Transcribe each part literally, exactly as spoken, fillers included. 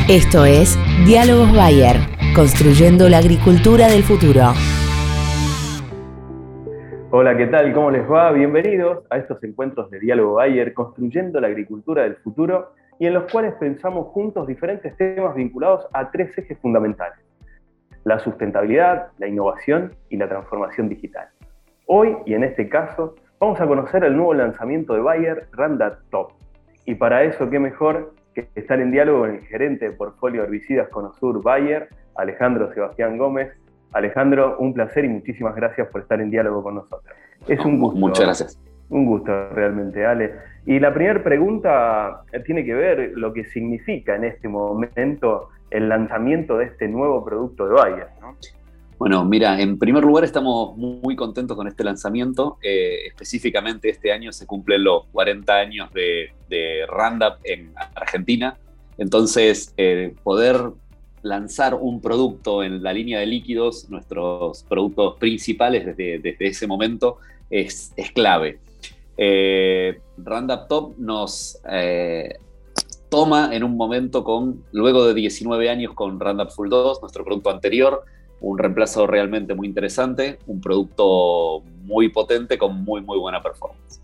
Esto es Diálogos Bayer, construyendo la agricultura del futuro. Hola, ¿qué tal? ¿Cómo les va? Bienvenidos a estos encuentros de Diálogo Bayer, construyendo la agricultura del futuro, y en los cuales pensamos juntos diferentes temas vinculados a tres ejes fundamentales: la sustentabilidad, la innovación y la transformación digital. Hoy, y en este caso, vamos a conocer el nuevo lanzamiento de Bayer, Roundup Top. Y para eso, qué mejor que estar en diálogo con el gerente de portfolio de herbicidas Conosur Bayer, Alejandro Sebastián Gómez. Alejandro, un placer y muchísimas gracias por estar en diálogo con nosotros. Es un gusto. Muchas gracias. Un gusto realmente, Ale. Y la primera pregunta tiene que ver lo que significa en este momento el lanzamiento de este nuevo producto de Bayer, ¿no? Bueno, mira, en primer lugar estamos muy contentos con este lanzamiento. Eh, específicamente este año se cumplen los cuarenta años de, de Roundup en Argentina. Entonces, eh, poder lanzar un producto en la línea de líquidos, nuestros productos principales desde, desde ese momento, es, es clave. Eh, Roundup Top nos eh, toma en un momento con, luego de diecinueve años con Roundup Full dos, nuestro producto anterior, un reemplazo realmente muy interesante, un producto muy potente con muy, muy buena performance.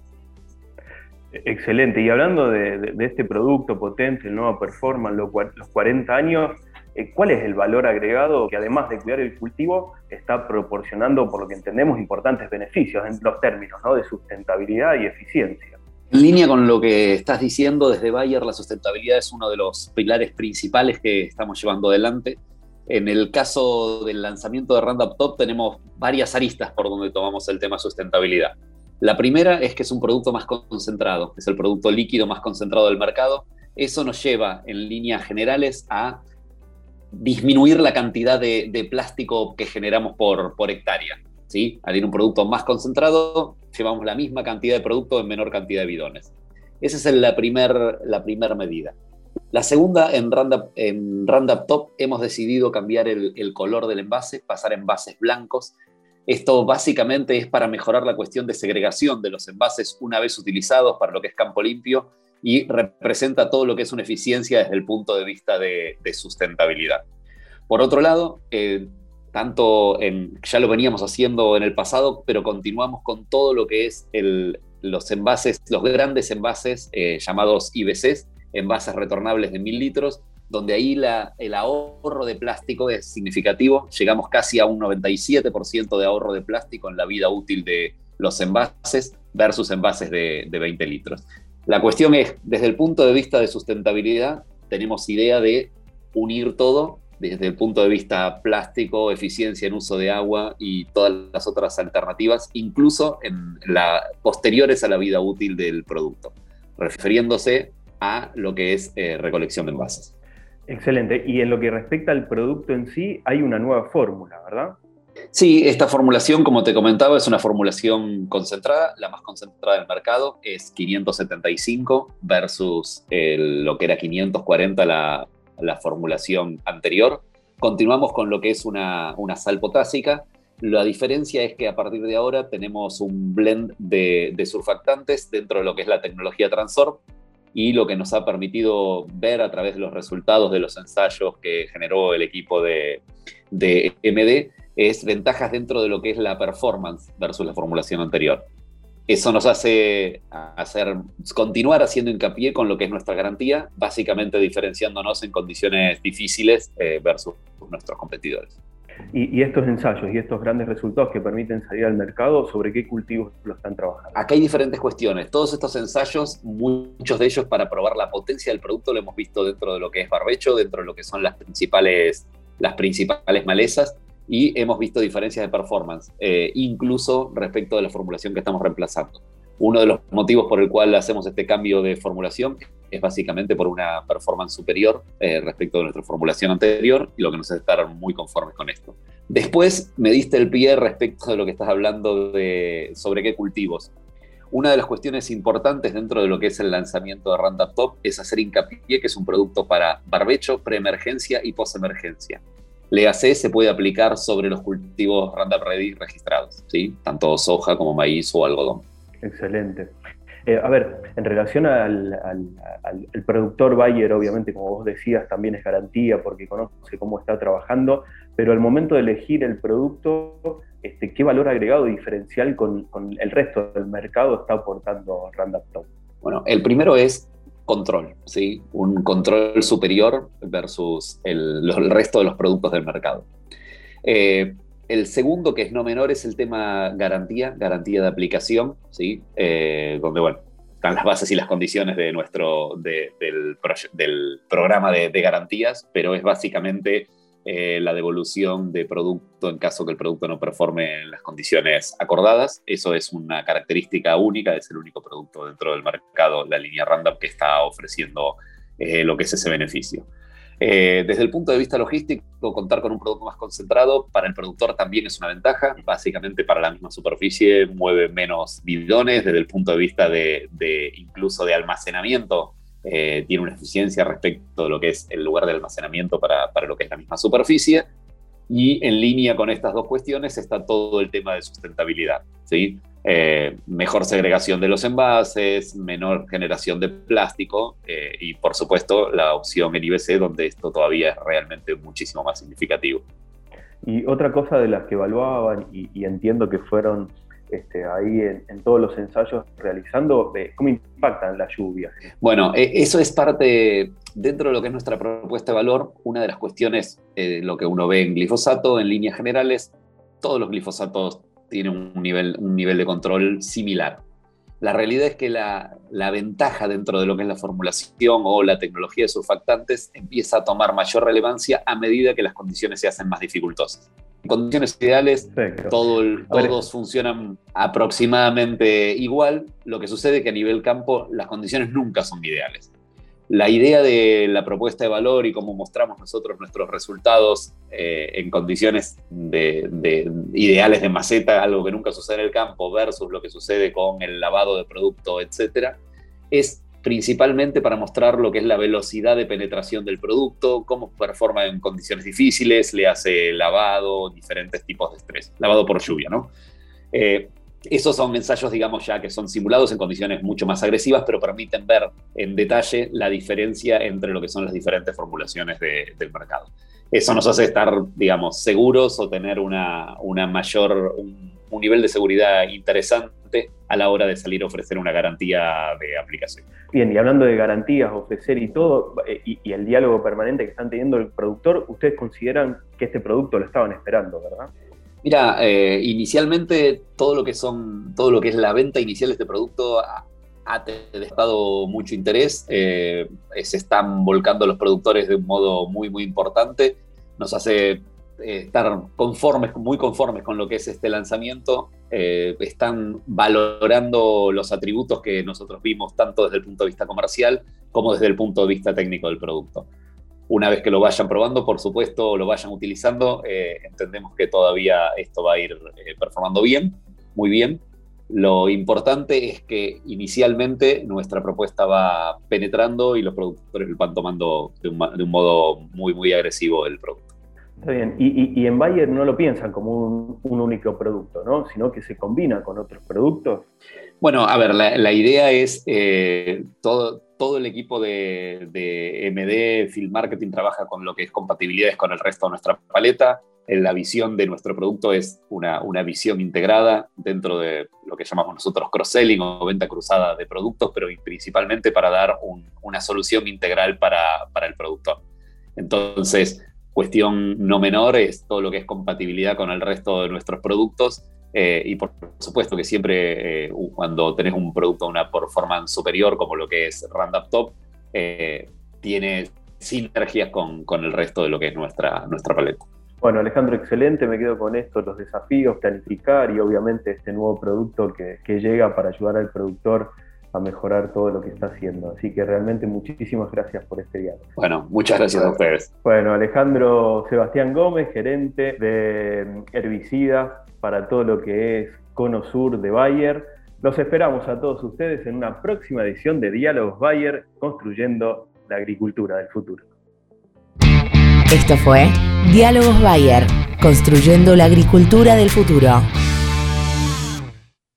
Excelente. Y hablando de, de, de este producto potente, el nuevo performance, los, los cuarenta años, ¿cuál es el valor agregado que, además de cuidar el cultivo, está proporcionando, por lo que entendemos, importantes beneficios en los términos, ¿no?, de sustentabilidad y eficiencia? En línea con lo que estás diciendo, desde Bayer la sustentabilidad es uno de los pilares principales que estamos llevando adelante. En el caso del lanzamiento de Roundup Top tenemos varias aristas por donde tomamos el tema sustentabilidad. La primera es que es un producto más concentrado, es el producto líquido más concentrado del mercado. Eso nos lleva, en líneas generales, a disminuir la cantidad de, de plástico que generamos por, por hectárea, ¿sí? Al ir un producto más concentrado, llevamos la misma cantidad de producto en menor cantidad de bidones. Esa es la primera la primer medida. La segunda, en Roundup, en Roundup Top hemos decidido cambiar el, el color del envase, pasar a envases blancos. Esto básicamente es para mejorar la cuestión de segregación de los envases una vez utilizados para lo que es campo limpio, y representa todo lo que es una eficiencia desde el punto de vista de, de sustentabilidad. Por otro lado, eh, tanto en, ya lo veníamos haciendo en el pasado, pero continuamos con todo lo que es el, los envases, los grandes envases eh, llamados I B Cs, envases retornables de mil litros, donde ahí la, el ahorro de plástico es significativo. Llegamos casi a un noventa y siete por ciento de ahorro de plástico en la vida útil de los envases versus envases de, de veinte litros. La cuestión es, desde el punto de vista de sustentabilidad, tenemos idea de unir todo desde el punto de vista plástico, eficiencia en uso de agua y todas las otras alternativas, incluso en la, posteriores a la vida útil del producto, refiriéndose a lo que es eh, recolección de envases. Excelente. Y en lo que respecta al producto en sí, hay una nueva fórmula, ¿verdad? Sí, esta formulación, como te comentaba, es una formulación concentrada. La más concentrada del mercado es quinientos setenta y cinco versus el, lo que era quinientos cuarenta la, la formulación anterior. Continuamos con lo que es una, una sal potásica. La diferencia es que a partir de ahora tenemos un blend de, de surfactantes dentro de lo que es la tecnología Transorb, y lo que nos ha permitido ver a través de los resultados de los ensayos que generó el equipo de, de M D es ventajas dentro de lo que es la performance versus la formulación anterior. Eso nos hace hacer, continuar haciendo hincapié con lo que es nuestra garantía, básicamente diferenciándonos en condiciones difíciles eh, versus nuestros competidores. Y, y estos ensayos y estos grandes resultados que permiten salir al mercado, ¿sobre qué cultivos lo están trabajando? Acá hay diferentes cuestiones. Todos estos ensayos, muchos de ellos para probar la potencia del producto, lo hemos visto dentro de lo que es barbecho, dentro de lo que son las principales, las principales malezas, y hemos visto diferencias de performance, eh, incluso respecto de la formulación que estamos reemplazando. Uno de los motivos por el cual hacemos este cambio de formulación es básicamente por una performance superior eh, respecto de nuestra formulación anterior, y lo que nos hace estar muy conformes con esto. Después me diste el pie respecto de lo que estás hablando de sobre qué cultivos. Una de las cuestiones importantes dentro de lo que es el lanzamiento de Roundup Top es hacer hincapié que es un producto para barbecho, preemergencia y postemergencia. El E A C se puede aplicar sobre los cultivos Roundup Ready registrados, ¿sí? Tanto soja como maíz o algodón. Excelente. Eh, a ver, en relación al, al, al, al productor Bayer, obviamente, como vos decías, también es garantía porque conoce cómo está trabajando, pero al momento de elegir el producto, este, ¿qué valor agregado diferencial con, con el resto del mercado está aportando Roundup Top? Bueno, el primero es control, ¿sí? Un control superior versus el, el resto de los productos del mercado. Eh, el segundo, que es no menor, es el tema garantía, garantía de aplicación, ¿sí? Eh, donde, bueno, están las bases y las condiciones de nuestro, de, del, del programa de, de garantías, pero es básicamente eh, la devolución de producto en caso que el producto no performe en las condiciones acordadas. Eso es una característica única, es el único producto dentro del mercado, la línea Roundup, que está ofreciendo eh, lo que es ese beneficio. Eh, desde el punto de vista logístico, contar con un producto más concentrado para el productor también es una ventaja. Básicamente, para la misma superficie mueve menos bidones. Desde el punto de vista de, de incluso de almacenamiento, eh, tiene una eficiencia respecto de lo que es el lugar de almacenamiento para, para lo que es la misma superficie. Y en línea con estas dos cuestiones está todo el tema de sustentabilidad, ¿sí? Eh, mejor segregación de los envases, menor generación de plástico eh, y, por supuesto, la opción en I B C, donde esto todavía es realmente muchísimo más significativo. Y otra cosa de las que evaluaban, y, y entiendo que fueron este, ahí en, en todos los ensayos realizando, eh, ¿cómo impactan las lluvias? Bueno, eh, eso es parte, dentro de lo que es nuestra propuesta de valor, una de las cuestiones, eh, lo que uno ve en glifosato, en líneas generales, todos los glifosatos tiene un nivel, un nivel de control similar. La realidad es que la, la ventaja dentro de lo que es la formulación o la tecnología de surfactantes empieza a tomar mayor relevancia a medida que las condiciones se hacen más dificultosas. En condiciones ideales, todo el, todos funcionan aproximadamente igual. Lo que sucede es que a nivel campo las condiciones nunca son ideales. La idea de la propuesta de valor y cómo mostramos nosotros nuestros resultados eh, en condiciones de, de ideales de maceta, algo que nunca sucede en el campo, versus lo que sucede con el lavado de producto, etcétera, es principalmente para mostrar lo que es la velocidad de penetración del producto, cómo performa en condiciones difíciles, le hace lavado, diferentes tipos de estrés, lavado por lluvia, ¿no? Eh, Esos son ensayos, digamos, ya que son simulados en condiciones mucho más agresivas, pero permiten ver en detalle la diferencia entre lo que son las diferentes formulaciones de, del mercado. Eso nos hace estar, digamos, seguros o tener una, una mayor, un, un nivel de seguridad interesante a la hora de salir a ofrecer una garantía de aplicación. Bien, y hablando de garantías, ofrecer y todo, y, y el diálogo permanente que están teniendo el productor, ustedes consideran que este producto lo estaban esperando, ¿verdad? Mira, eh, inicialmente todo lo que son, todo lo que es la venta inicial de este producto ha, ha despejado mucho interés. Eh, se están volcando los productores de un modo muy, muy importante. Nos hace eh, estar conformes, muy conformes con lo que es este lanzamiento. Eh, están valorando los atributos que nosotros vimos tanto desde el punto de vista comercial como desde el punto de vista técnico del producto. Una vez que lo vayan probando, por supuesto, lo vayan utilizando, eh, entendemos que todavía esto va a ir eh, performando bien, muy bien. Lo importante es que inicialmente nuestra propuesta va penetrando y los productores van tomando de un, de un modo muy, muy agresivo el producto. Está bien, y, y, y en Bayer no lo piensan como un, un único producto, ¿no? Sino que se combina con otros productos. Bueno, a ver, la, la idea es eh, todo... Todo el equipo de, de M D, Field Marketing, trabaja con lo que es compatibilidades con el resto de nuestra paleta. La visión de nuestro producto es una, una visión integrada dentro de lo que llamamos nosotros cross-selling o venta cruzada de productos, pero principalmente para dar un, una solución integral para, para el productor. Entonces, cuestión no menor es todo lo que es compatibilidad con el resto de nuestros productos. Eh, y por supuesto que siempre eh, cuando tenés un producto a una performance superior como lo que es Roundup Top, eh, tiene sinergias con, con el resto de lo que es nuestra, nuestra paleta. Bueno, Alejandro, excelente, me quedo con esto, los desafíos, planificar y obviamente este nuevo producto que, que llega para ayudar al productor a mejorar todo lo que está haciendo. Así que realmente muchísimas gracias por este diálogo. Bueno, muchas gracias a ustedes. Bueno, Alejandro Sebastián Gómez, gerente de herbicidas para todo lo que es Cono Sur de Bayer. Los esperamos a todos ustedes en una próxima edición de Diálogos Bayer, construyendo la agricultura del futuro. Esto fue Diálogos Bayer, construyendo la agricultura del futuro.